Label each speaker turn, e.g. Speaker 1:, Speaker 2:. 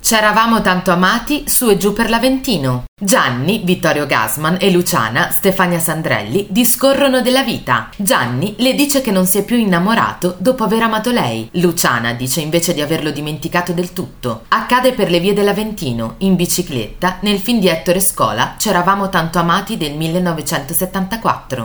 Speaker 1: C'eravamo tanto amati su e giù per l'Aventino. Gianni, Vittorio Gassman e Luciana, Stefania Sandrelli, discorrono della vita. Gianni le dice che non si è più innamorato dopo aver amato lei. Luciana dice invece di averlo dimenticato del tutto. Accade per le vie dell'Aventino, in bicicletta, nel film di Ettore Scola C'eravamo tanto amati del 1974.